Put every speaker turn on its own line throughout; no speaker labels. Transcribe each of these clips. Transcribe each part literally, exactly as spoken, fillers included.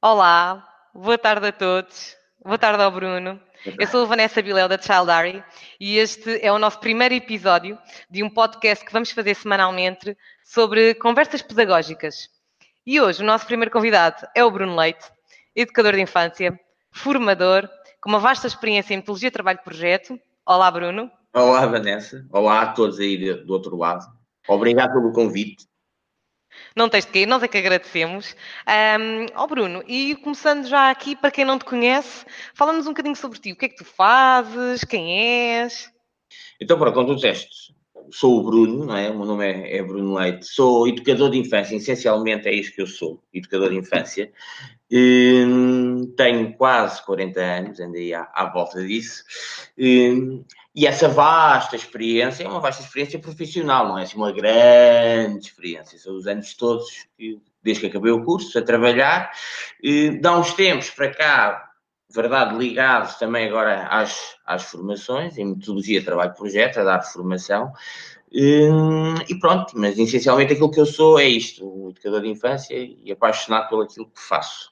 Olá, boa tarde a todos. Boa tarde ao Bruno. Eu sou a Vanessa Bilel da Childary e este é o nosso primeiro episódio de um podcast que vamos fazer semanalmente sobre conversas pedagógicas. E hoje o nosso primeiro convidado é o Bruno Leite, educador de infância, formador, com uma vasta experiência em metodologia de trabalho de projeto. Olá, Bruno.
Olá, Vanessa. Olá a todos aí do, do outro lado. Obrigado pelo convite.
Não tens de cair, nós é que agradecemos. Um, oh Bruno, e começando já aqui, para quem não te conhece, fala-nos um bocadinho sobre ti. O que é que tu fazes? Quem és?
Então, pronto, como tu disseste, sou o Bruno, não é? O meu nome é, é Bruno Leite. Sou educador de infância, essencialmente é isso que eu sou, educador de infância. Hum, tenho quase quarenta anos, andei à, à volta disso. Hum, e essa vasta experiência é uma vasta experiência profissional, não é assim uma grande experiência. São os anos todos, que, desde que acabei o curso, a trabalhar. Hum, dá uns tempos para cá, verdade, ligados também agora às, às formações, em metodologia de trabalho de projeto, a dar formação. Hum, e pronto, mas essencialmente aquilo que eu sou é isto, um educador de infância e apaixonado pelo aquilo que faço.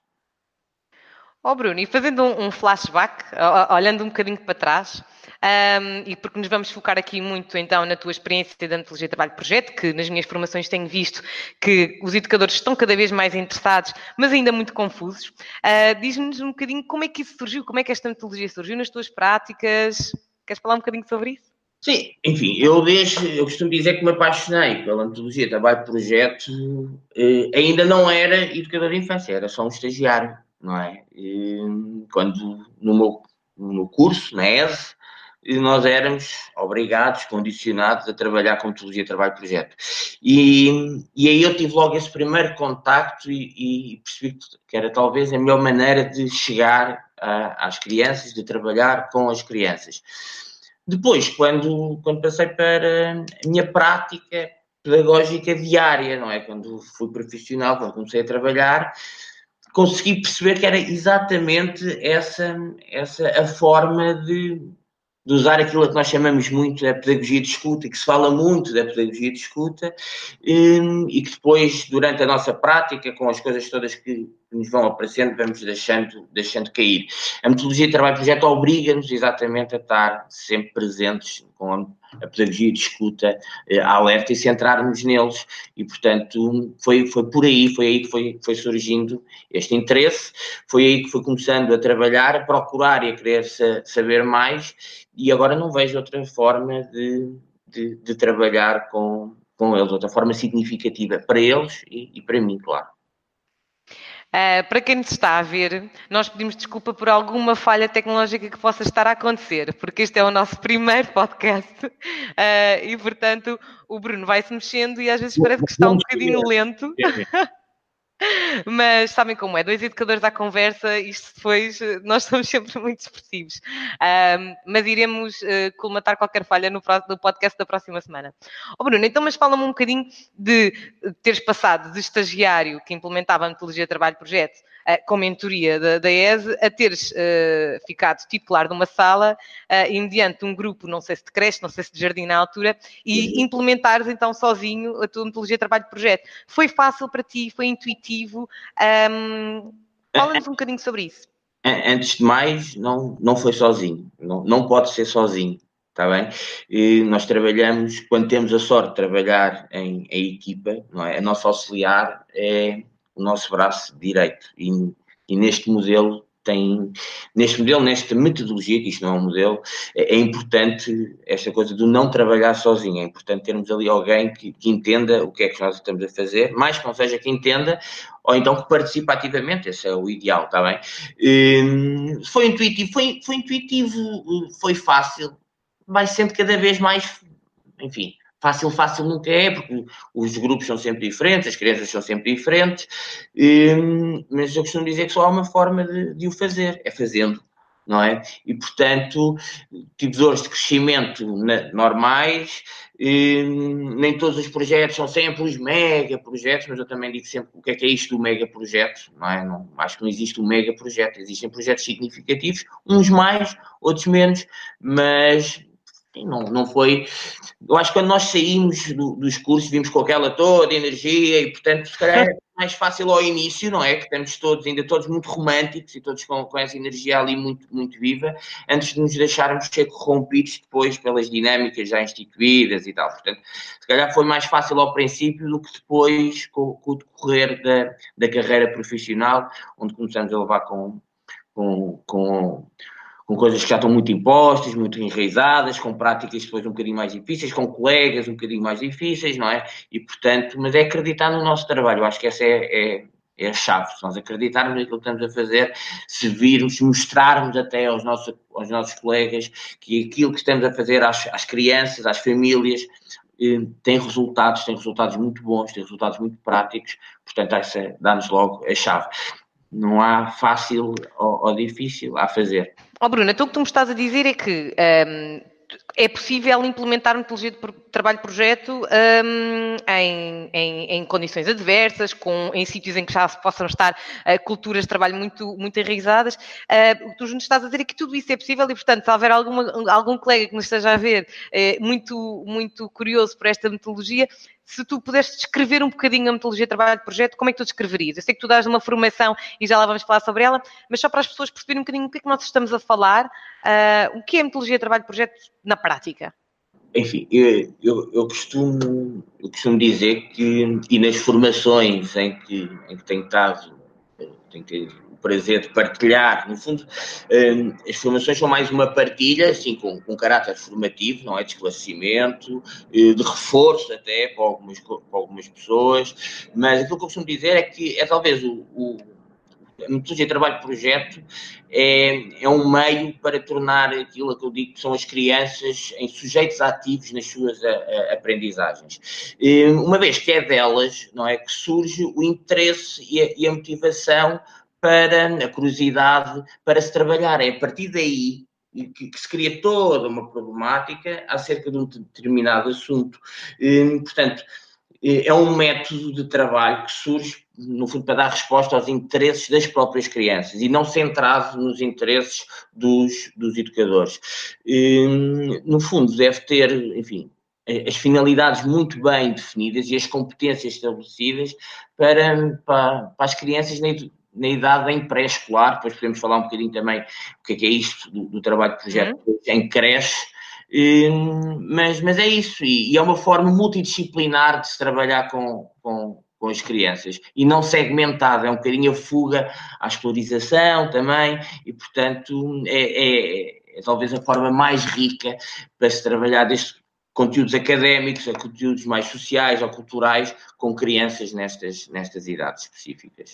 Oh Bruno, e fazendo um, um flashback, olhando um bocadinho para trás, um, e porque nos vamos focar aqui muito então na tua experiência da metodologia de trabalho de projeto, que nas minhas formações tenho visto que os educadores estão cada vez mais interessados, mas ainda muito confusos. Uh, diz-nos um bocadinho como é que isso surgiu, como é que esta metodologia surgiu nas tuas práticas. Queres falar um bocadinho sobre isso?
Sim, enfim, eu desde, eu costumo dizer que me apaixonei pela metodologia de trabalho de projeto, eh, ainda não era educador de infância, era só um estagiário, não é? E, quando no meu, no meu curso, na E S, nós éramos obrigados, condicionados a trabalhar com metodologia de trabalho de projeto. E, e aí eu tive logo esse primeiro contacto e, e percebi que era talvez a melhor maneira de chegar a, às crianças, de trabalhar com as crianças. Depois, quando, quando passei para a minha prática pedagógica diária, não é? Quando fui profissional, quando comecei a trabalhar, consegui perceber que era exatamente essa, essa a forma de, de usar aquilo que nós chamamos muito da pedagogia de escuta, e que se fala muito da pedagogia de escuta, e que depois, durante a nossa prática, com as coisas todas que nos vão aparecendo, vamos deixando, deixando cair. A metodologia de trabalho de projeto obriga-nos exatamente a estar sempre presentes com a, a pedagogia de escuta, a alerta, e centrarmos neles, e portanto foi, foi por aí, foi aí que foi, foi surgindo este interesse, foi aí que fui começando a trabalhar, a procurar e a querer sa- saber mais, e agora não vejo outra forma de, de, de trabalhar com, com eles, outra forma significativa para eles e, e para mim, claro.
Uh, para quem nos está a ver, nós pedimos desculpa por alguma falha tecnológica que possa estar a acontecer, porque este é o nosso primeiro podcast uh, e, portanto, o Bruno vai-se mexendo e às vezes parece que está
Não
um
me
bocadinho lento. Mas sabem como é, dois educadores à conversa, isto depois, nós somos sempre muito expressivos. Um, mas iremos uh, colmatar qualquer falha no, no podcast da próxima semana. Oh Bruno, então mas fala-me um bocadinho de teres passado de estagiário que implementava a metodologia de trabalho de projeto uh, com mentoria da, da E S a teres uh, ficado titular de uma sala uh, e mediante um grupo, não sei se de creche, não sei se de jardim na altura, e implementares então sozinho a tua metodologia de trabalho de projeto. Foi fácil para ti? Foi intuitivo? Um, fala-nos um bocadinho sobre isso.
Antes de mais, não, não foi sozinho, não, não pode ser sozinho, está bem? E nós trabalhamos, quando temos a sorte de trabalhar em, em equipa, não é? A nossa auxiliar é o nosso braço direito, e, e neste modelo tem, neste modelo, nesta metodologia, que isto não é um modelo, é, é importante esta coisa do não trabalhar sozinho, é importante termos ali alguém que, que entenda o que é que nós estamos a fazer, mais que não seja que entenda, ou então que participe ativamente, esse é o ideal, está bem? Um, foi intuitivo, foi, foi intuitivo, foi fácil, vai sendo cada vez mais, enfim, fácil, fácil nunca é, porque os grupos são sempre diferentes, as crianças são sempre diferentes, um, mas eu costumo dizer que só há uma forma de, de o fazer, é fazendo, não é? E, portanto, divisores de crescimento normais, um, nem todos os projetos são sempre os mega projetos, mas eu também digo sempre o que é que é isto do mega projeto, não é? Não, acho que não existe um mega projeto, existem projetos significativos, uns mais, outros menos, mas Não, não foi... Eu acho que quando nós saímos do, dos cursos, vimos com aquela toda energia e, portanto, se calhar é mais fácil ao início, não é? Que estamos todos, ainda todos muito românticos e todos com, com essa energia ali muito, muito viva, antes de nos deixarmos ser corrompidos depois pelas dinâmicas já instituídas e tal. Portanto, se calhar foi mais fácil ao princípio do que depois com, com o decorrer da, da carreira profissional, onde começamos a levar com... com, com com coisas que já estão muito impostas, muito enraizadas, com práticas depois um bocadinho mais difíceis, com colegas um bocadinho mais difíceis, não é? E, portanto, mas é acreditar no nosso trabalho. Eu acho que essa é, é, é a chave. Se nós acreditarmos naquilo que estamos a fazer, se virmos, se mostrarmos até aos nossos, aos nossos colegas que aquilo que estamos a fazer às, às crianças, às famílias, eh, tem resultados, tem resultados muito bons, tem resultados muito práticos. Portanto, essa dá-nos logo a chave. Não há fácil ou, ou difícil a fazer.
Ó oh, Bruno, então o que tu me estás a dizer é que um, é possível implementar metodologia de trabalho-projeto um, em, em, em condições adversas, com, em sítios em que já possam estar uh, culturas de trabalho muito, muito enraizadas. Uh, o que tu nos estás a dizer é que tudo isso é possível e, portanto, se houver alguma, algum colega que nos esteja a ver uh, muito, muito curioso por esta metodologia, se tu pudesses descrever um bocadinho a metodologia de trabalho de projeto, como é que tu descreverias? Eu sei que tu dás uma formação e já lá vamos falar sobre ela, mas só para as pessoas perceberem um bocadinho o que é que nós estamos a falar, uh, o que é a metodologia de trabalho de projeto na prática?
Enfim, eu, eu, eu, costumo, eu costumo dizer que, e nas formações em que, em que tenho estado, tenho tido o prazer de partilhar, no fundo, um, as formações são mais uma partilha, assim, com, com caráter formativo, não é? De esclarecimento, de reforço até para algumas, para algumas pessoas, mas aquilo que eu costumo dizer é que é talvez o, o a metodologia de trabalho de projeto é, é um meio para tornar aquilo que eu digo que são as crianças em sujeitos ativos nas suas a, a, aprendizagens. E, uma vez que é delas, não é, que surge o interesse e a, e a motivação para a curiosidade para se trabalhar. É a partir daí que, que se cria toda uma problemática acerca de um determinado assunto. E, portanto, é um método de trabalho que surge, no fundo, para dar resposta aos interesses das próprias crianças e não centrado nos interesses dos, dos educadores. E, no fundo, deve ter, enfim, as finalidades muito bem definidas e as competências estabelecidas para, para, para as crianças na, na idade em pré-escolar. Depois podemos falar um bocadinho também o que é, que é isto do, do trabalho de projeto uhum. em creche. Mas, mas é isso, e, e é uma forma multidisciplinar de se trabalhar com, com, com as crianças e não segmentada, é um bocadinho a fuga à escolarização também, e portanto é, é, é talvez a forma mais rica para se trabalhar destes conteúdos académicos a conteúdos mais sociais ou culturais com crianças nestas, nestas idades específicas.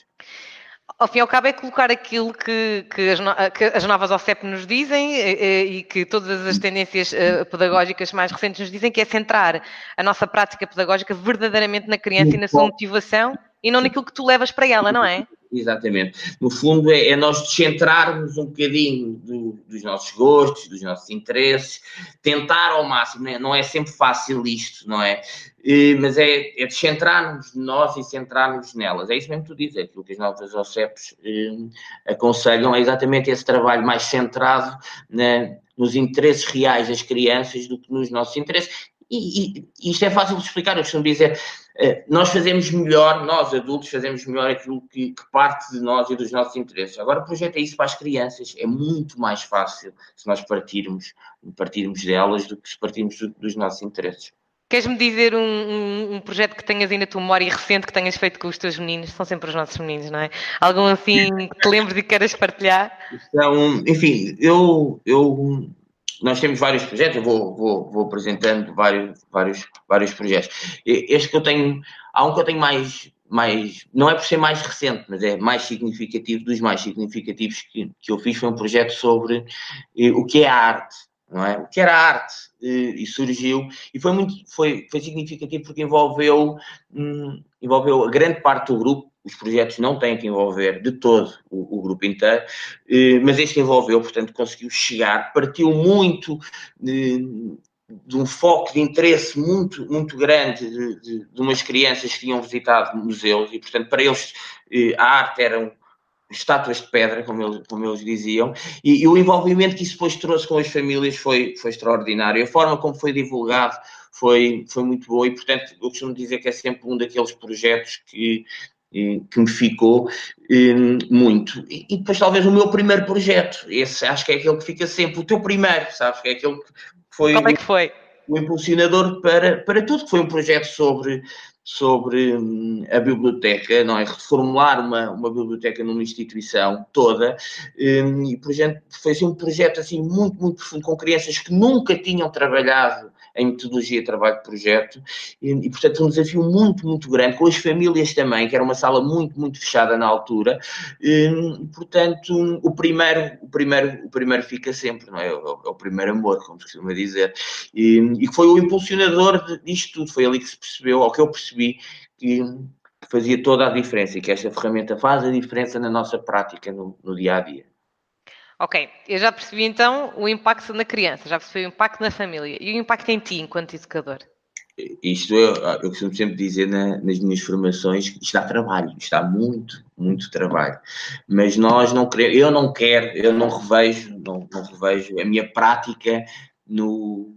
Ao fim e ao cabo é colocar aquilo que, que, as, no, que as novas O C E P nos dizem e, e que todas as tendências uh, pedagógicas mais recentes nos dizem, que é centrar a nossa prática pedagógica verdadeiramente na criança e na sua motivação e não naquilo que tu levas para ela, não é?
Exatamente. No fundo, é, é nós descentrarmos um bocadinho do, dos nossos gostos, dos nossos interesses, tentar ao máximo, né? Não é sempre fácil isto, não é? E, mas é, é descentrarmos de nós e centrarmos nelas. É isso mesmo que tu dizes, aquilo que as novas O C E Ps eh, aconselham é exatamente esse trabalho mais centrado na, nos interesses reais das crianças do que nos nossos interesses. E, e, e isto é fácil de explicar, eu costumo dizer, eh, nós fazemos melhor, nós adultos fazemos melhor aquilo que, que parte de nós e dos nossos interesses. Agora o projeto é isso para as crianças, é muito mais fácil se nós partirmos, partirmos delas do que se partirmos do, dos nossos interesses.
Queres-me dizer um, um, um projeto que tenhas aí na tua memória recente que tenhas feito com os teus meninos? São sempre os nossos meninos, não é? Algum assim que te lembres e que queiras partilhar?
Então, enfim, eu... eu... Nós temos vários projetos, eu vou, vou, vou apresentando vários, vários, vários projetos. Este que eu tenho, há um que eu tenho mais, mais, não é por ser mais recente, mas é mais significativo, dos mais significativos que, que eu fiz, foi um projeto sobre eh, o que é a arte, não é? O que era a arte, eh, e surgiu, e foi muito, foi, foi significativo porque envolveu, hum, envolveu a grande parte do grupo. Os projetos não têm que envolver de todo o, o grupo inteiro, eh, mas este envolveu, portanto, conseguiu chegar, partiu muito de, de um foco de interesse muito, muito grande de, de, de umas crianças que tinham visitado museus e, portanto, para eles eh, a arte era um, estátuas de pedra, como eles, como eles diziam, e, e o envolvimento que isso depois trouxe com as famílias foi, foi extraordinário. A forma como foi divulgado foi, foi muito boa e, portanto, eu costumo dizer que é sempre um daqueles projetos que, que me ficou um, muito. E, e depois, talvez, o meu primeiro projeto, esse acho que é aquele que fica sempre, o teu primeiro, sabes, que é aquele que foi...
Qual é que foi?
O impulsionador para, para tudo, que foi um projeto sobre, sobre hum, a biblioteca, não é? Reformular uma, uma biblioteca numa instituição toda, hum, e projeto, foi assim, um projeto assim, muito, muito profundo, com crianças que nunca tinham trabalhado em metodologia de trabalho de projeto, e, e portanto um desafio muito, muito grande, com as famílias também, que era uma sala muito, muito fechada na altura, e, portanto o primeiro, o, primeiro, o primeiro fica sempre, não é? É o, é o primeiro amor, como se costuma dizer, e, e foi o impulsionador disto tudo, foi ali que se percebeu, ou que eu percebi, que fazia toda a diferença, e que esta ferramenta faz a diferença na nossa prática, no, no dia-a-dia.
Ok, eu já percebi então o impacto na criança, já percebi o impacto na família e o impacto em ti enquanto educador.
Isto eu, eu costumo sempre dizer na, nas minhas formações que isto dá trabalho, isto dá muito, muito trabalho. Mas nós não queremos, eu não quero, eu não revejo, não, não revejo a minha prática no,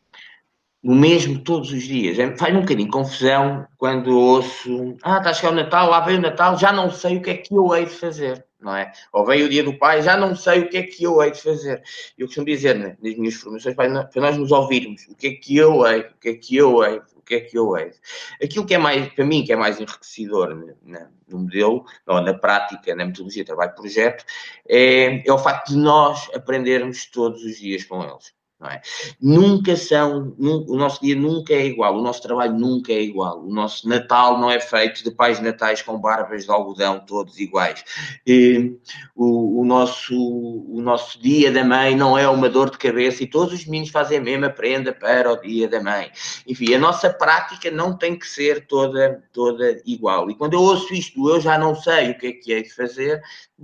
no mesmo todos os dias. Faz um bocadinho confusão quando ouço, ah, está a chegar o Natal, lá veio o Natal, já não sei o que é que eu hei de fazer, não é? Ou veio o dia do pai, já não sei o que é que eu hei de fazer. Eu costumo dizer, né, nas minhas formações, para nós nos ouvirmos, o que é que eu hei, o que é que eu hei, o que é que eu hei. Aquilo que é mais, para mim, que é mais enriquecedor né, no modelo, ou na prática, na metodologia de trabalho de projeto, é, é o facto de nós aprendermos todos os dias com eles. Não é? Nunca são, nunca, o nosso dia nunca é igual, o nosso trabalho nunca é igual, o nosso Natal não é feito de pais natais com barbas de algodão todos iguais, e, o, o, nosso, o nosso dia da mãe não é uma dor de cabeça e todos os meninos fazem a mesma prenda para o dia da mãe. Enfim, a nossa prática não tem que ser toda, toda igual. E quando eu ouço isto, eu já não sei o que é que é de fazer,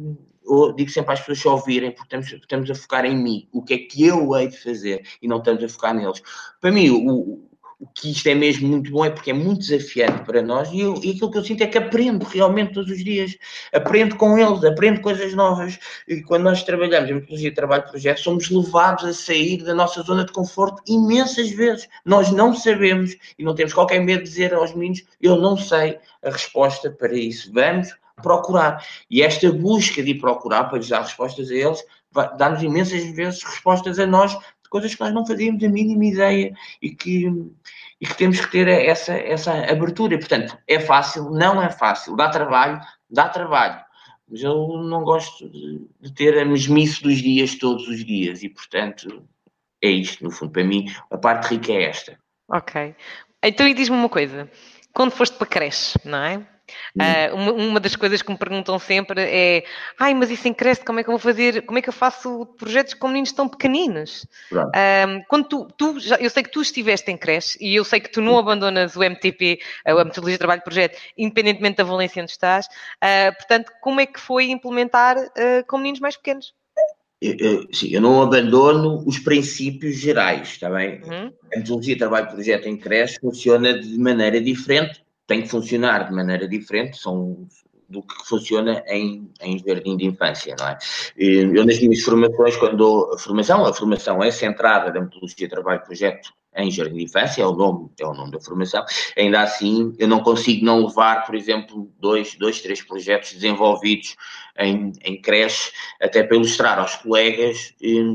eu digo sempre às pessoas se ouvirem, porque estamos, estamos a focar em mim, o que é que eu hei de fazer, e não estamos a focar neles. Para mim, o, o que isto é mesmo muito bom é porque é muito desafiante para nós, e, eu, e aquilo que eu sinto é que aprendo realmente todos os dias, aprendo com eles, aprendo coisas novas, e quando nós trabalhamos em metodologia de trabalho de projeto, somos levados a sair da nossa zona de conforto imensas vezes. Nós não sabemos, e não temos qualquer medo de dizer aos meninos, eu não sei a resposta para isso. Vamos procurar. E esta busca de ir procurar para lhes dar respostas a eles, dá-nos imensas vezes respostas a nós de coisas que nós não fazíamos a mínima ideia e que, e que temos que ter essa, essa abertura. E, portanto, é fácil? Não é fácil. Dá trabalho? Dá trabalho. Mas eu não gosto de, de ter a mesmice dos dias todos os dias. E, portanto, é isto, no fundo. Para mim, a parte rica é esta.
Ok. Então, e diz-me uma coisa. Quando foste para a creche, não é? Uh, uma, uma das coisas que me perguntam sempre é: ai, mas isso em creche, como é que eu vou fazer? Como é que eu faço projetos com meninos tão pequeninos? Um, quando tu, tu já, eu sei que tu estiveste em creche e eu sei que tu não abandonas o M T P, a Metodologia de Trabalho de Projeto, independentemente da valência onde estás. Uh, portanto, como é que foi implementar uh, com meninos mais pequenos?
Eu, eu, sim, eu não abandono os princípios gerais, está bem?
Uhum.
A metodologia de trabalho de projeto em creche funciona de maneira diferente, tem que funcionar de maneira diferente, são do que funciona em, em jardim de infância, não é? Eu, nas minhas formações, quando dou a formação, a formação é centrada na metodologia de trabalho de projeto em jardim de infância, é o nome, é o nome da formação. Ainda assim, eu não consigo não levar, por exemplo, dois, dois três projetos desenvolvidos em, em creche, até para ilustrar aos colegas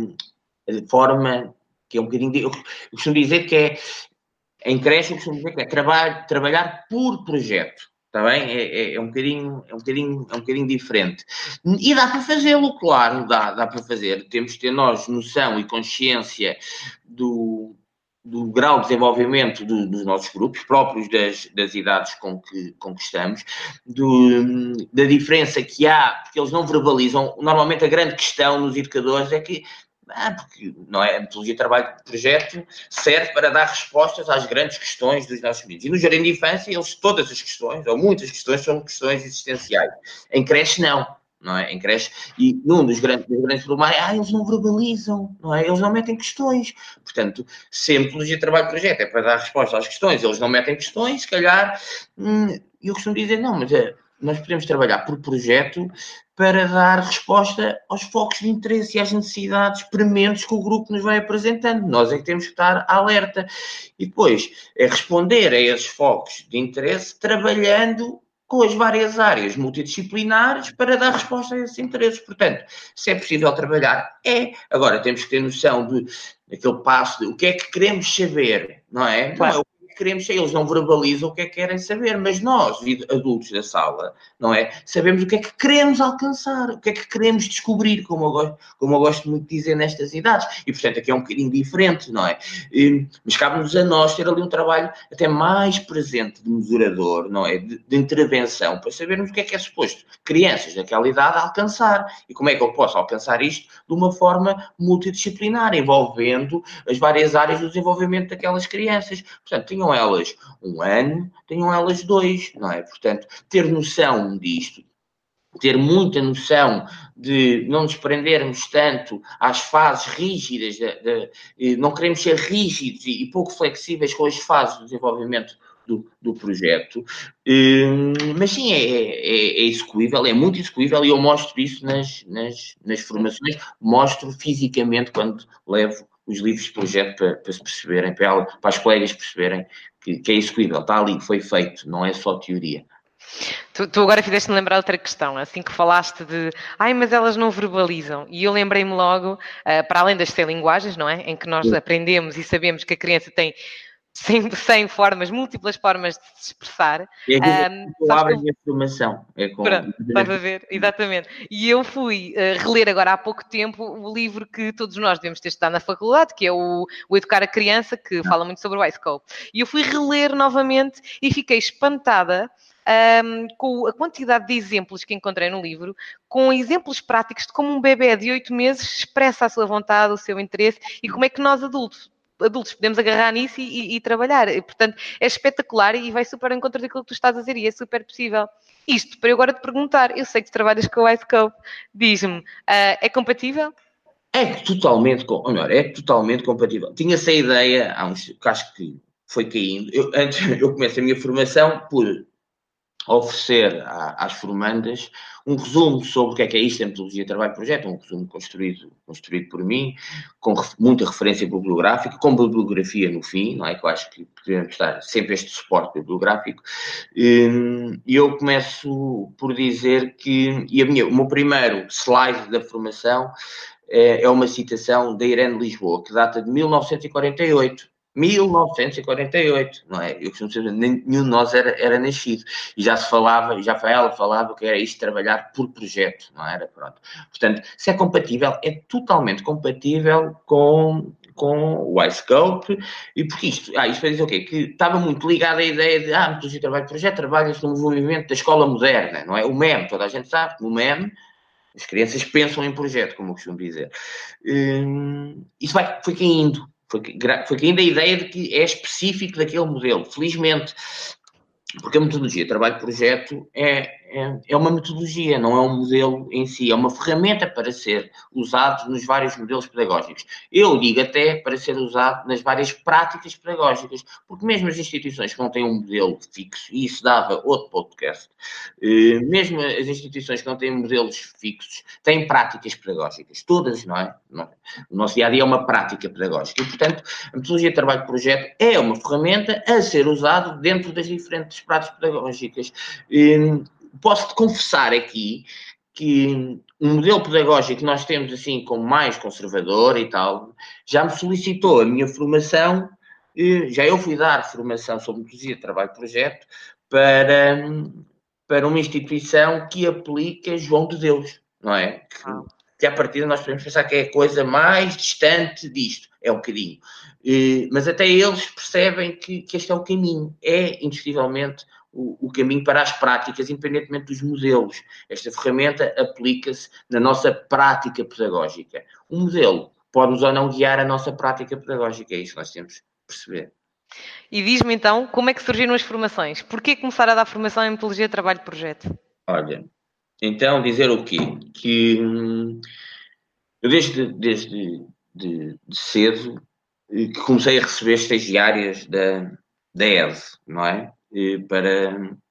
de forma que é um bocadinho... De, eu, eu costumo dizer que é, em creche, eu costumo dizer que é trabalho, trabalhar por projeto. Está bem? É, é, é, um bocadinho, é, um bocadinho, é um bocadinho diferente. E dá para fazê-lo, claro, dá, dá para fazer. Temos que ter nós noção e consciência do, do grau de desenvolvimento do, dos nossos grupos, próprios das, das idades com que, com que estamos, do, da diferença que há, porque eles não verbalizam. Normalmente a grande questão nos educadores é que Ah, porque não é? A metodologia de trabalho de projeto serve para dar respostas às grandes questões dos nossos meninos. E no jardim de infância, eles, todas as questões, ou muitas questões, são questões existenciais. Em creche, não. Não é? Em creche, e num dos grandes, dos grandes problemas é, ah, eles não verbalizam, não é? Eles não metem questões. Portanto, se a metodologia de trabalho de projeto é para dar resposta às questões, eles não metem questões, se calhar, hum, eu costumo dizer, não, mas é, nós podemos trabalhar por projeto para dar resposta aos focos de interesse e às necessidades prementes que o grupo nos vai apresentando. Nós é que temos que estar alerta. E depois, é responder a esses focos de interesse trabalhando com as várias áreas multidisciplinares para dar resposta a esses interesses. Portanto, se é possível trabalhar, é. Agora, temos que ter noção de aquele passo de o que é que queremos saber, não é? Não é o que queremos saber. Eles não verbalizam o que é que querem saber, mas nós, adultos da sala, não é? Sabemos o que é que queremos alcançar, o que é que queremos descobrir, como eu gosto, como eu gosto muito de dizer nestas idades. E, portanto, aqui é um bocadinho diferente, não é? E, mas cabe-nos a nós ter ali um trabalho até mais presente de moderador, não é? De, de intervenção, para sabermos o que é que é suposto crianças daquela idade alcançar. E como é que eu posso alcançar isto de uma forma multidisciplinar, envolvendo as várias áreas do desenvolvimento daquelas crianças. Portanto, tenham elas um ano, tenham elas dois, não é? Portanto, ter noção disto, ter muita noção de não nos prendermos tanto às fases rígidas, de, de, de, não queremos ser rígidos e, e pouco flexíveis com as fases do desenvolvimento do, do projeto. Um, mas sim, é, é, é execuível, é muito execuível e eu mostro isso nas, nas, nas formações, mostro fisicamente quando levo os livros de projeto para, para se perceberem, para, ela, para as colegas perceberem que, que é execuível, está ali, foi feito, não é só teoria.
Tu, tu agora fizeste-me lembrar outra questão, assim que falaste de ai, mas elas não verbalizam. E eu lembrei-me logo, uh, para além das cem linguagens, não é? Em que nós Sim. aprendemos e sabemos que a criança tem cem, cem formas, múltiplas formas de se expressar.
É um, com palavras de informação. É com...
Estás a ver? Exatamente. E eu fui uh, reler agora há pouco tempo o livro que todos nós devemos ter estudado na faculdade, que é o, o Educar a Criança, que fala muito sobre o iScope. E eu fui reler novamente e fiquei espantada Um, com a quantidade de exemplos que encontrei no livro, com exemplos práticos de como um bebê de oito meses expressa a sua vontade, o seu interesse e como é que nós adultos, adultos podemos agarrar nisso e, e, e trabalhar. E, portanto, é espetacular e vai super ao encontro daquilo que tu estás a dizer e é super possível. Isto, para eu agora te perguntar, eu sei que tu trabalhas com o iScope, diz-me, uh, é compatível?
É totalmente, ou melhor, é totalmente compatível. Tinha-se a ideia, há uns, que acho que foi caindo, eu, antes eu começo a minha formação por oferecer às formandas um resumo sobre o que é que é isto, a metodologia de trabalho de projeto, um resumo construído, construído por mim, com muita referência bibliográfica, com bibliografia no fim, não é? Que eu acho que podemos estar sempre este suporte bibliográfico. E eu começo por dizer que, e a minha, o meu primeiro slide da formação é, é uma citação da Irene Lisboa, que data de mil novecentos e quarenta e oito. mil novecentos e quarenta e oito, não é? Eu costumo dizer, nenhum de nós era, era nascido. E já se falava, já ela falava que era isto, trabalhar por projeto, não era? Pronto. Portanto, se é compatível, é totalmente compatível com, com o iScope. E porque isto, ah, isto para dizer o quê? Que estava muito ligado à ideia de, ah, metodologia de trabalho por projeto, trabalha-se no movimento da escola moderna, não é? O M E M, toda a gente sabe que no M E M as crianças pensam em projeto, como eu costumo dizer. Hum, isso vai, foi caindo. Foi, foi caindo a ideia de que é específico daquele modelo. Felizmente, porque a metodologia de trabalho-projeto é, é, é uma metodologia, não é um modelo em si, é uma ferramenta para ser usado nos vários modelos pedagógicos. Eu digo até para ser usado nas várias práticas pedagógicas, porque mesmo as instituições que não têm um modelo fixo, e isso dava outro podcast, mesmo as instituições que não têm modelos fixos, têm práticas pedagógicas, todas, não é? O nosso dia-a-dia é uma prática pedagógica e, portanto, a metodologia de trabalho-projeto é uma ferramenta a ser usada dentro das diferentes práticas pedagógicas. Posso-te confessar aqui que um modelo pedagógico que nós temos assim como mais conservador e tal, já me solicitou a minha formação, já eu fui dar formação sobre metodologia de trabalho-projeto para, para uma instituição que aplica João de Deus, não é? Que, ah. que à partida nós podemos pensar que é a coisa mais distante disto, é um bocadinho. Mas até eles percebem que, que este é o caminho, é indiscutivelmente o, o caminho para as práticas, independentemente dos modelos. Esta ferramenta aplica-se na nossa prática pedagógica. O modelo pode-nos ou não guiar a nossa prática pedagógica, é isso que nós temos que perceber.
E diz-me então, como é que surgiram as formações? Porquê começar a dar formação em metodologia de trabalho de projeto?
Olha, então dizer o quê? Que hum, eu desde, desde de, de cedo que comecei a receber estagiárias da, da E S, não é? Para,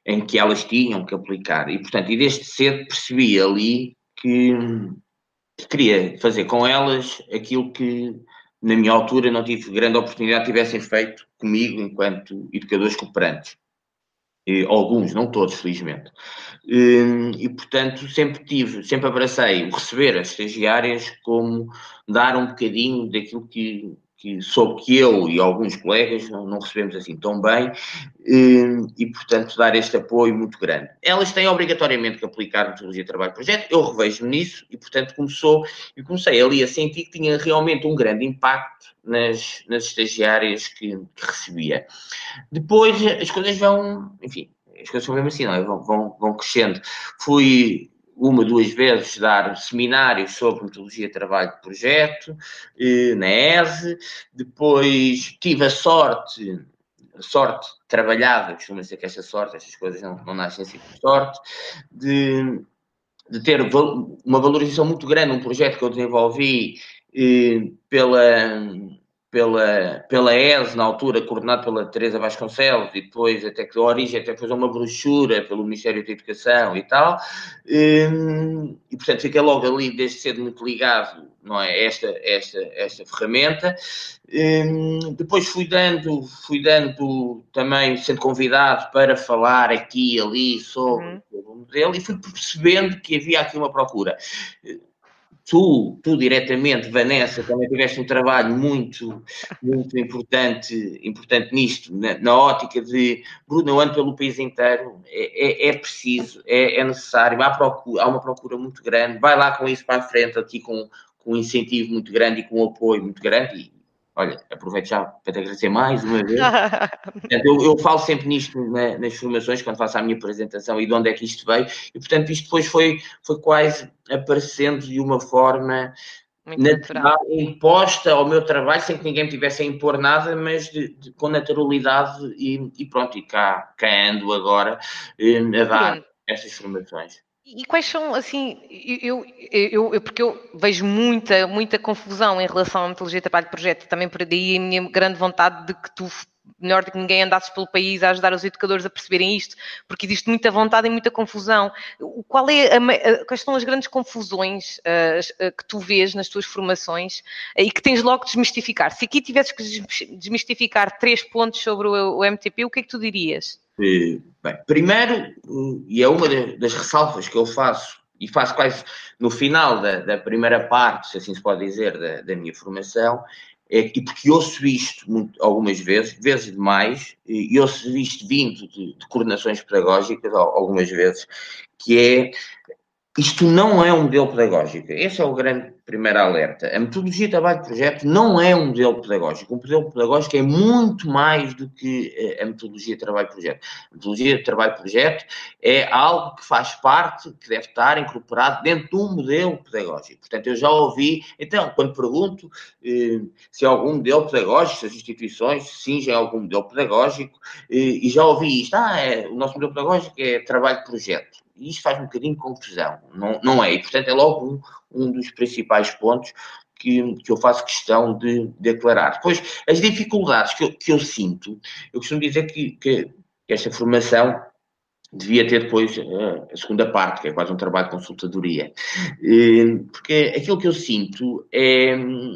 em que elas tinham que aplicar. E, portanto, e desde cedo percebi ali que, que queria fazer com elas aquilo que, na minha altura, não tive grande oportunidade de tivessem feito comigo enquanto educadores cooperantes. E, alguns, não todos, felizmente. E, e, portanto, sempre tive, sempre abracei o receber as estagiárias como dar um bocadinho daquilo que, que soube que eu e alguns colegas não, não recebemos assim tão bem e, e, portanto, dar este apoio muito grande. Elas têm obrigatoriamente que aplicar metodologia de trabalho-projeto, eu revejo-me nisso e, portanto, começou, e comecei ali a sentir que tinha realmente um grande impacto nas, nas estagiárias que, que recebia. Depois as coisas vão, enfim, as coisas são mesmo assim, não é? Vão, vão, vão crescendo. Fui uma, duas vezes dar seminários sobre metodologia de trabalho de projeto, eh, na E S E. Depois tive a sorte, a sorte trabalhada, costuma dizer que esta sorte, estas coisas não, não nascem assim por sorte, de, de ter uma valorização muito grande, um projeto que eu desenvolvi eh, pela... Pela, pela E S, na altura, coordenado pela Teresa Vasconcelos, e depois, até que a origem, até depois uma brochura pelo Ministério da Educação e tal, e, e portanto fiquei logo ali, desde cedo, muito ligado, não é, esta, esta, esta ferramenta. E, depois fui dando, fui dando também, sendo convidado para falar aqui e ali sobre uhum. o modelo, e fui percebendo que havia aqui uma procura. Tu, tu diretamente, Vanessa, também tiveste um trabalho muito, muito importante, importante nisto, na, na ótica de, Bruno, eu ando pelo país inteiro, é, é, é preciso, é, é necessário, há, procura, há uma procura muito grande, vai lá com isso para a frente, aqui com, com um incentivo muito grande e com um apoio muito grande, e olha, aproveito já para te agradecer mais uma vez. Portanto, eu, eu falo sempre nisto na, nas formações, quando faço a minha apresentação e de onde é que isto veio. E, portanto, isto depois foi, foi quase aparecendo de uma forma muito natural, natural, imposta ao meu trabalho, sem que ninguém me tivesse a impor nada, mas de, de, com naturalidade e, e pronto, e cá, cá ando agora a dar Bruno, estas formações.
E quais são, assim, eu, eu, eu, porque eu vejo muita, muita confusão em relação à metodologia de trabalho de projeto, também por daí a minha grande vontade de que tu, melhor do que ninguém, andasses pelo país a ajudar os educadores a perceberem isto, porque existe muita vontade e muita confusão. Qual é a, quais são as grandes confusões uh, que tu vês nas tuas formações uh, e que tens logo de desmistificar? Se aqui tivesses que desmistificar três pontos sobre o, o M T P, o que é que tu dirias?
Bem, primeiro, e é uma das ressalvas que eu faço, e faço quase no final da, da primeira parte, se assim se pode dizer, da, da minha formação, é, e porque ouço isto muito, algumas vezes, vezes demais, e ouço isto vindo de, de coordenações pedagógicas, algumas vezes, que é, isto não é um modelo pedagógico. Esse é o grande primeiro alerta. A metodologia de trabalho de projeto não é um modelo pedagógico. Um modelo pedagógico é muito mais do que a metodologia de trabalho de projeto. A metodologia de trabalho de projeto é algo que faz parte, que deve estar incorporado dentro de um modelo pedagógico. Portanto, eu já ouvi, então, quando pergunto eh, se há algum modelo pedagógico, se as instituições cingem algum modelo pedagógico, eh, e já ouvi isto, ah, é, o nosso modelo pedagógico é trabalho de projeto. E isto faz um bocadinho de confusão, não, não é? E, portanto, é logo um, um dos principais pontos que, que eu faço questão de, de aclarar. Depois, as dificuldades que eu, que eu sinto, eu costumo dizer que, que esta formação devia ter depois uh, a segunda parte, que é quase um trabalho de consultadoria. Uh, porque aquilo que eu sinto é,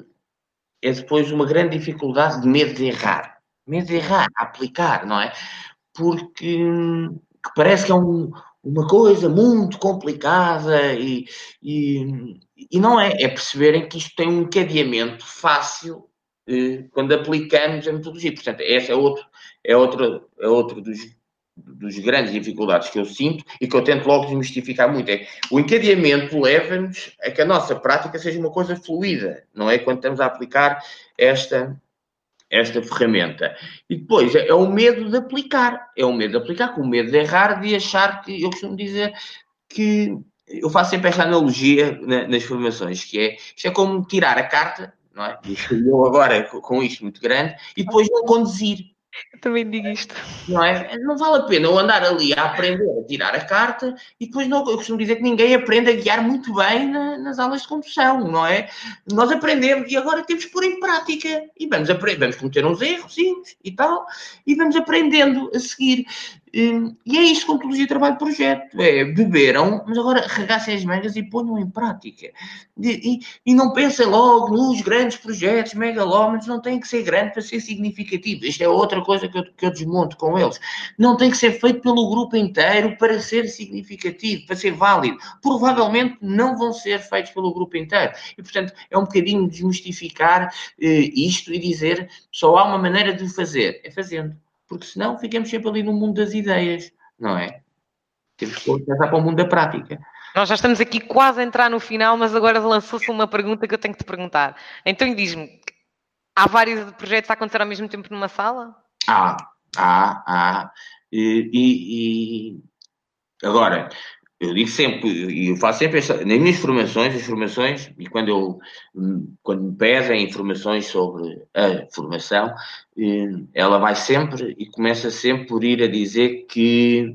é depois uma grande dificuldade de medo de errar. Medo de errar, a aplicar, não é? Porque que parece que é um... uma coisa muito complicada e, e, e não é. É perceberem que isto tem um encadeamento fácil eh, quando aplicamos a metodologia. Portanto, esse é outro, é outro, é outro dos, dos grandes dificuldades que eu sinto e que eu tento logo desmistificar muito. É, o encadeamento leva-nos a que a nossa prática seja uma coisa fluida, não é? Quando estamos a aplicar esta... esta ferramenta. E depois é o medo de aplicar. É o medo de aplicar, com o medo de errar, de achar que, eu costumo dizer que, eu faço sempre esta analogia na, nas formações, que é, isto é como tirar a carta, não é? E eu agora com isto muito grande, e depois não conduzir.
Eu também digo isto.
Não é? Não vale a pena eu andar ali a aprender a tirar a carta e depois não, eu costumo dizer que ninguém aprende a guiar muito bem na, nas aulas de condução, não é? Nós aprendemos e agora temos que pôr em prática e vamos, vamos cometer uns erros e tal e vamos aprendendo a seguir. E é isto com metodologia de trabalho de projeto. É, beberam, mas agora regassem as mangas e ponham em prática. E, e, e não pensem logo nos grandes projetos, megalómanos, não tem que ser grande para ser significativo. Isto é outra coisa que eu, que eu desmonto com eles. Não tem que ser feito pelo grupo inteiro para ser significativo, para ser válido. Provavelmente não vão ser feitos pelo grupo inteiro. E, portanto, é um bocadinho desmistificar eh, isto e dizer só há uma maneira de fazer. É fazendo. Porque senão ficamos sempre ali no mundo das ideias, não é? Temos que passar para o mundo da prática.
Nós já estamos aqui quase a entrar no final, mas agora lançou-se uma pergunta que eu tenho que te perguntar. Então diz-me, há vários projetos a acontecer ao mesmo tempo numa sala?
Há, há, há. E, e, e agora, eu digo sempre, e eu faço sempre esta, nas minhas formações, as formações, e quando eu quando me pedem informações sobre a formação, ela vai sempre e começa sempre por ir a dizer que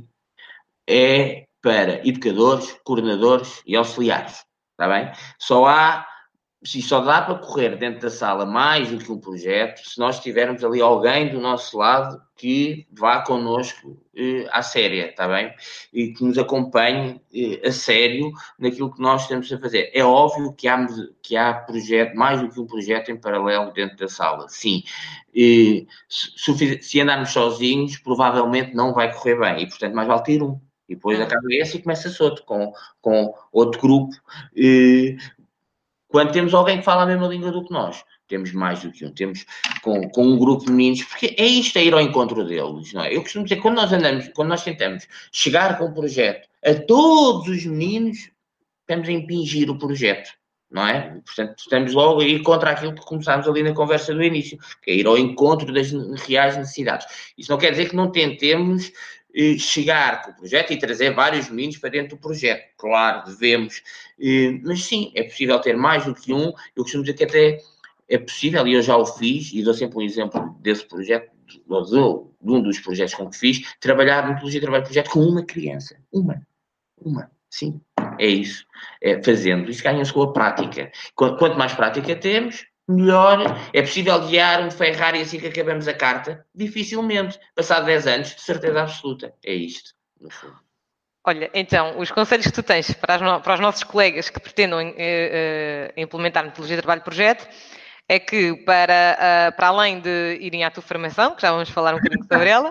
é para educadores, coordenadores e auxiliares, está bem? Só há, se só dá para correr dentro da sala mais do que um projeto, se nós tivermos ali alguém do nosso lado que vá connosco eh, à séria, está bem? E que nos acompanhe eh, a sério naquilo que nós estamos a fazer. É óbvio que há, que há projeto, mais do que um projeto em paralelo dentro da sala, sim. E, se, se andarmos sozinhos, provavelmente não vai correr bem e, portanto, mais vale ter um. E depois acaba esse e começa-se outro, com, com outro grupo. E, quando temos alguém que fala a mesma língua do que nós, temos mais do que um, temos com, com um grupo de meninos, porque é isto, é ir ao encontro deles, não é? Eu costumo dizer, quando nós andamos, quando nós tentamos chegar com um projeto a todos os meninos, estamos a impingir o projeto, não é? Portanto, estamos logo a ir contra aquilo que começámos ali na conversa do início, que é ir ao encontro das reais necessidades. Isso não quer dizer que não tentemos chegar com o projeto e trazer vários meninos para dentro do projeto. Claro, devemos. Mas sim, é possível ter mais do que um. Eu costumo dizer que até é possível, e eu já o fiz, e dou sempre um exemplo desse projeto, ou de, de um dos projetos com que fiz, trabalhar no metodologia de trabalho de projeto com uma criança. Uma. Uma. Sim, é isso. É, fazendo. Isso ganha-se com a prática. Quanto mais prática temos, melhor. É possível guiar um Ferrari assim que acabamos a carta? Dificilmente. Passado dez anos, de certeza absoluta. É isto, no fundo.
Olha, então, os conselhos que tu tens para, as, para os nossos colegas que pretendam uh, uh, implementar metodologia de trabalho de projeto é que, para, uh, para além de irem à tua formação, que já vamos falar um bocadinho sobre ela,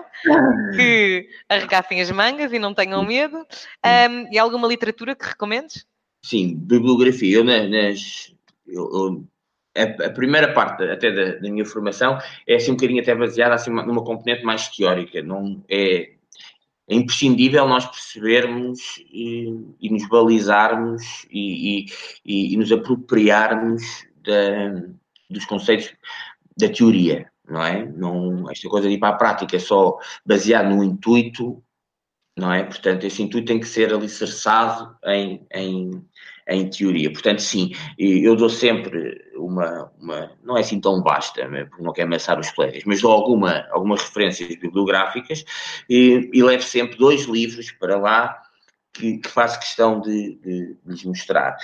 que arregassem as mangas e não tenham medo, um, e alguma literatura que recomendes?
Sim, bibliografia. Eu, nas... Eu, eu, a, a primeira parte até da, da minha formação é assim um bocadinho até baseada assim, numa componente mais teórica. Não é... É imprescindível nós percebermos e, e nos balizarmos e, e, e nos apropriarmos da, dos conceitos da teoria, não é? Não, esta coisa de ir para a prática é só baseado no intuito, não é? Portanto, esse intuito tem que ser alicerçado em, em, em teoria. Portanto, sim, eu dou sempre uma, uma não é assim tão vasta, porque não quero amassar os colegas, mas dou alguma, algumas referências bibliográficas e, e levo sempre dois livros para lá que, que faço questão de, de, de lhes mostrar.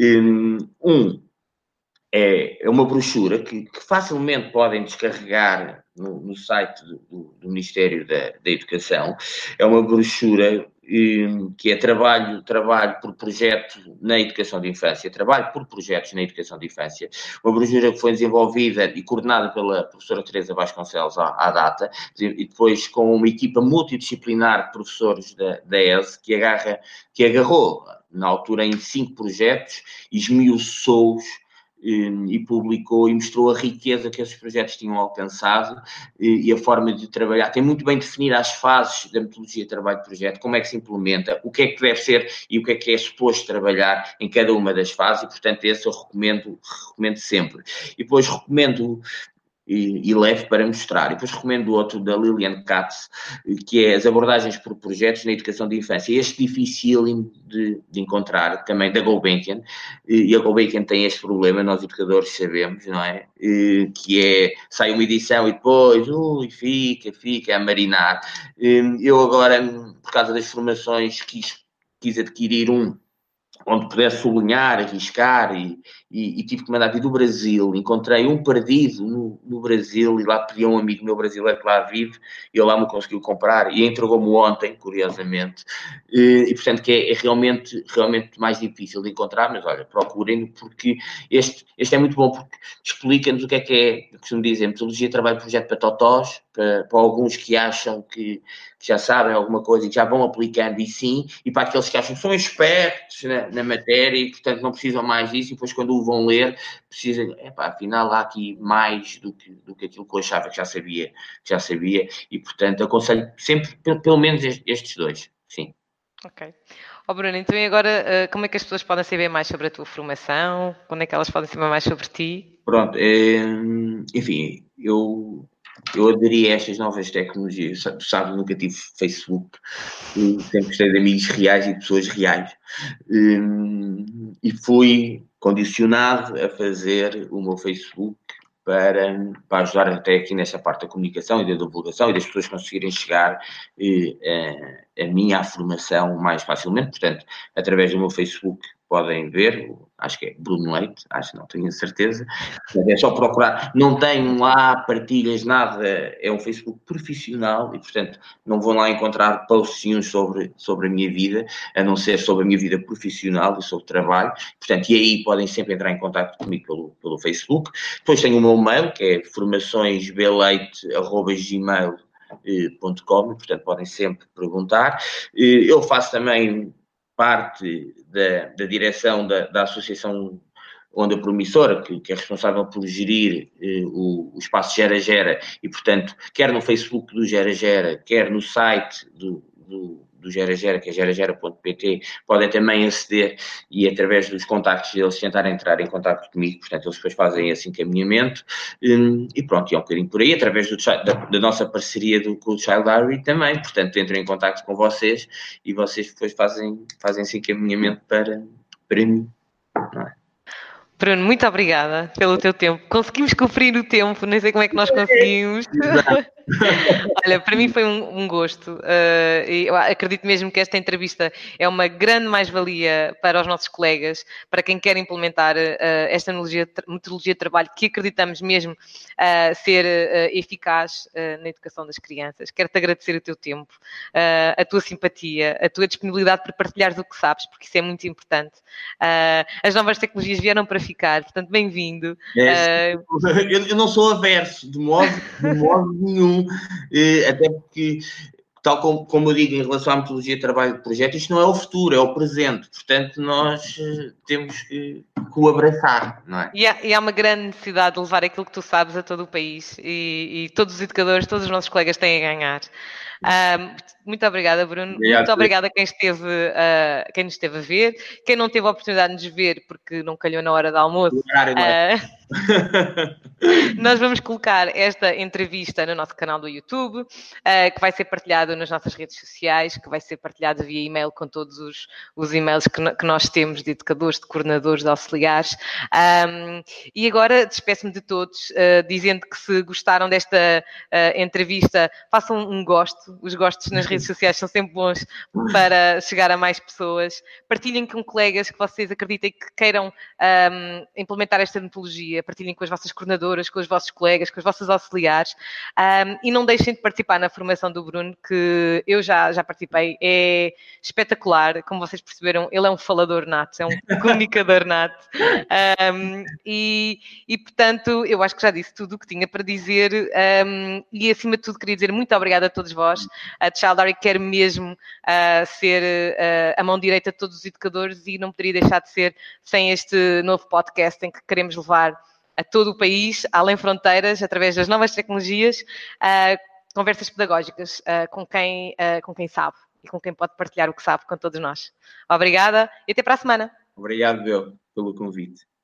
Um é, é uma brochura que, que facilmente podem descarregar no, no site do, do Ministério da, da Educação. É uma brochura que é trabalho, trabalho por projeto na educação de infância, trabalho por projetos na educação de infância, uma brochura que foi desenvolvida e coordenada pela professora Teresa Vasconcelos à, à data, e depois com uma equipa multidisciplinar de professores da, da E S, que, agarra, que agarrou, na altura, em cinco projetos, e esmiuçou-os e publicou e mostrou a riqueza que esses projetos tinham alcançado e a forma de trabalhar. Tem muito bem definido as fases da metodologia de trabalho de projeto, como é que se implementa, o que é que deve ser e o que é que é suposto trabalhar em cada uma das fases e, portanto, esse eu recomendo, recomendo sempre. E depois recomendo e, e levo para mostrar. E depois recomendo outro da Lillian Katz, que é as abordagens por projetos na educação de infância. Este dificílimo de, de encontrar, também da Gulbenkian, e a Gulbenkian tem este problema, nós educadores sabemos, não é? Que é, sai uma edição e depois, ui, fica, fica a marinar. Eu agora, por causa das formações, quis, quis adquirir um onde pudesse sublinhar, arriscar, e, e, e tive que mandar vir do Brasil. Encontrei um perdido no, no Brasil, e lá pedi a um amigo meu brasileiro que lá vive, e ele lá me conseguiu comprar, e entregou-me ontem, curiosamente, e, e portanto que é, é realmente, realmente mais difícil de encontrar, mas olha, procurem, porque este, este é muito bom, porque explica-nos o que é que é, eu costumo dizer, metodologia de trabalho de projeto para totós, para, para alguns que acham que, que já sabem alguma coisa e que já vão aplicando, e sim, e para aqueles que acham que são expertos na, na matéria e, portanto, não precisam mais disso, e depois quando o vão ler, precisam, epá, afinal há aqui mais do que, do que aquilo que eu achava que já sabia, que já sabia, e, portanto, aconselho sempre, pelo, pelo menos estes dois, sim.
Ok. Oh, Bruno, então e agora, como é que as pessoas podem saber mais sobre a tua formação? Quando é que elas podem saber mais sobre ti?
Pronto, é, enfim, eu, eu aderi a estas novas tecnologias. Tu sabes, nunca tive Facebook, sempre gostei de amigos reais e de pessoas reais. E fui condicionado a fazer o meu Facebook para, para ajudar até aqui nessa parte da comunicação e da divulgação e das pessoas conseguirem chegar eh, a, a mim, à formação, mais facilmente. Portanto, através do meu Facebook podem ver, acho que é Bruno Leite, acho que não tenho certeza, é só procurar, não tenho lá partilhas, nada, é um Facebook profissional e, portanto, não vão lá encontrar posts sobre, sobre a minha vida, a não ser sobre a minha vida profissional e sobre trabalho, portanto, e aí podem sempre entrar em contato comigo pelo, pelo Facebook. Depois tenho o meu mail, que é formações b leite arroba gmail ponto com, portanto, podem sempre perguntar. Eu faço também parte da, da direção da, da Associação Onda Promissora, que, que é responsável por gerir eh, o, o espaço Gera Gera, e, portanto, quer no Facebook do Gera Gera, quer no site do, do, do Gera Gera, que é gera gera ponto pt, podem também aceder e, através dos contactos deles, tentar entrar em contato comigo, portanto, eles depois fazem esse encaminhamento, um, e pronto, e é um bocadinho por aí, através do, da, da nossa parceria do, com o Child Diary também, portanto, entro em contato com vocês e vocês depois fazem, fazem esse encaminhamento para, para mim, não é?
Bruno, muito obrigada pelo teu tempo. Conseguimos cumprir o tempo, nem sei como é que nós conseguimos. Olha, para mim foi um, um gosto. Uh, e eu acredito mesmo que esta entrevista é uma grande mais-valia para os nossos colegas, para quem quer implementar uh, esta metodologia, metodologia de trabalho que acreditamos mesmo uh, ser uh, eficaz uh, na educação das crianças. Quero-te agradecer o teu tempo, uh, a tua simpatia, a tua disponibilidade para partilhares o que sabes, porque isso é muito importante. Uh, as novas tecnologias vieram para ficar, portanto, bem-vindo.
É, uh... eu, eu não sou averso, de modo, de modo nenhum, até porque, tal como, como eu digo em relação à metodologia de trabalho de projeto, isto não é o futuro, é o presente, portanto nós temos que, que o abraçar, não é?
E há, e há uma grande necessidade de levar aquilo que tu sabes a todo o país, e, e todos os educadores, todos os nossos colegas têm a ganhar. Um, muito obrigada, Bruno. Obrigado. Muito obrigada a quem esteve, uh, quem nos esteve a ver. Quem não teve a oportunidade de nos ver porque não calhou na hora do almoço. Uh, nós vamos colocar esta entrevista no nosso canal do YouTube, uh, que vai ser partilhado nas nossas redes sociais, que vai ser partilhado via e-mail com todos os, os e-mails que, no, que nós temos de educadores, de coordenadores, de auxiliares. Um, e agora despeço-me de todos, uh, dizendo que se gostaram desta uh, entrevista, façam um gosto. Os gostos nas redes sociais são sempre bons para chegar a mais pessoas. Partilhem com colegas que vocês acreditem que queiram um, implementar esta metodologia. Partilhem com as vossas coordenadoras, com os vossos colegas, com os vossos auxiliares. Um, e não deixem de participar na formação do Bruno, que eu já, já participei. É espetacular. Como vocês perceberam, ele é um falador nato, é um comunicador nato. Um, e, e, portanto, eu acho que já disse tudo o que tinha para dizer. Um, e, acima de tudo, queria dizer muito obrigada a todos vós. A Child Diary quer mesmo uh, ser uh, a mão direita de todos os educadores e não poderia deixar de ser sem este novo podcast em que queremos levar a todo o país, além fronteiras, através das novas tecnologias, uh, conversas pedagógicas uh, com, quem, uh, com quem sabe e com quem pode partilhar o que sabe com todos nós. Obrigada e até para a semana.
Obrigado, eu, pelo convite.